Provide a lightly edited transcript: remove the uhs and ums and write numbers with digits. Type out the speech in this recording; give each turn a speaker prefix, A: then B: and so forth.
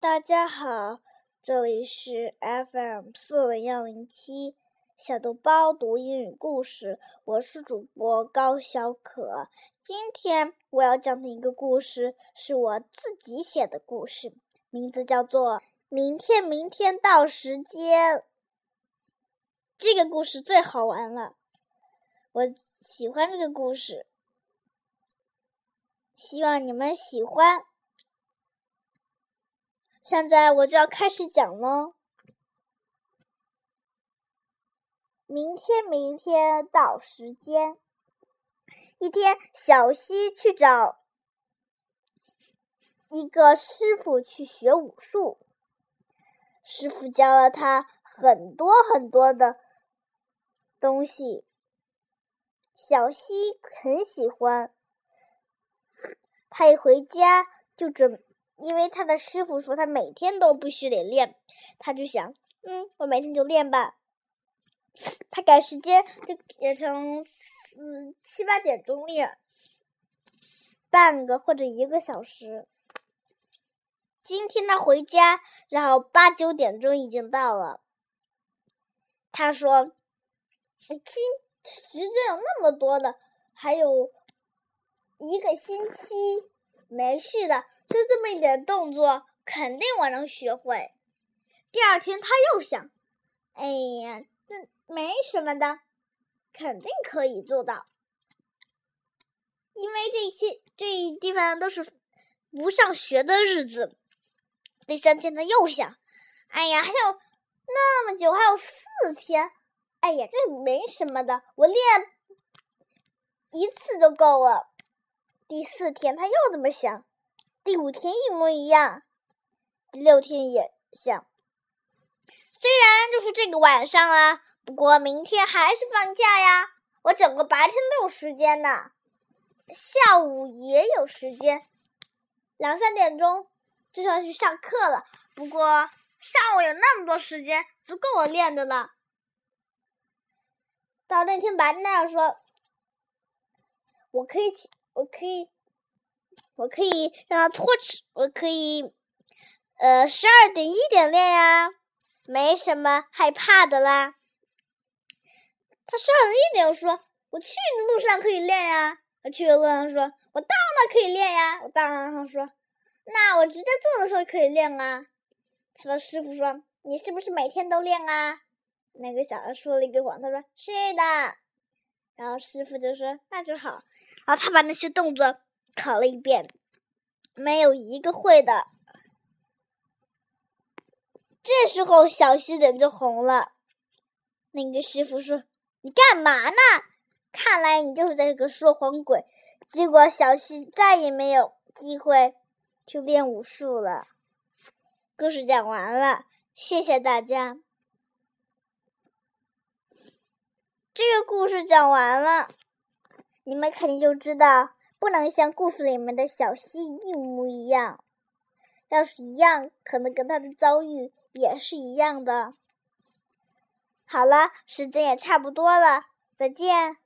A: 大家好，这里是 FM40107小豆包读英语故事，我是主播高小可。今天我要讲的一个故事是我自己写的故事，名字叫做《明天到时间》。这个故事最好玩了，我喜欢这个故事，希望你们喜欢。现在我就要开始讲了。明天到时间。一天，小希去找一个师傅去学武术，师傅教了他很多的东西，小希很喜欢。他一回家就因为他的师傅说他每天都必须得练，他就想，我每天就练吧。他改时间就改成7、8点钟练，半个或者1个小时。今天他回家，然后8、9点钟已经到了。他说，时间有那么多的，还有1个星期，没事的，就这么一点动作，肯定我能学会。第二天他又想，哎呀，这没什么的，肯定可以做到。因为这地方都是不上学的日子。第3天他又想，哎呀，还有那么久，还有4天，哎呀，这没什么的，我练1次就够了。第4天他又这么想，第5天一模一样，第6天也想。虽然就是这个晚上啊，不过明天还是放假呀，我整个白天都有时间呢，下午也有时间，2、3点钟就要去上课了。不过上午有那么多时间，足够我练的了。到那天白天那样说，我可以让他拖迟，我可以12点、1点练呀，没什么害怕的啦。他12点、1点说，我去的路上可以练呀。我去的路上说，我到那可以练呀。我到那上说，那我直接坐的时候可以练啊。他的师傅说，你是不是每天都练啊？那个小孩说了一个谎，他说是的。然后师傅就说那就好。然后他把那些动作考了一遍，没有一个会的。这时候小希脸就红了。那个师傅说，你干嘛呢？看来你就是这个说谎鬼。结果小希再也没有机会去练武术了。故事讲完了，谢谢大家。这个故事讲完了，你们肯定就知道，不能像故事里面的小希一模一样。要是一样，可能跟他的遭遇也是一样的。好了，时间也差不多了，再见。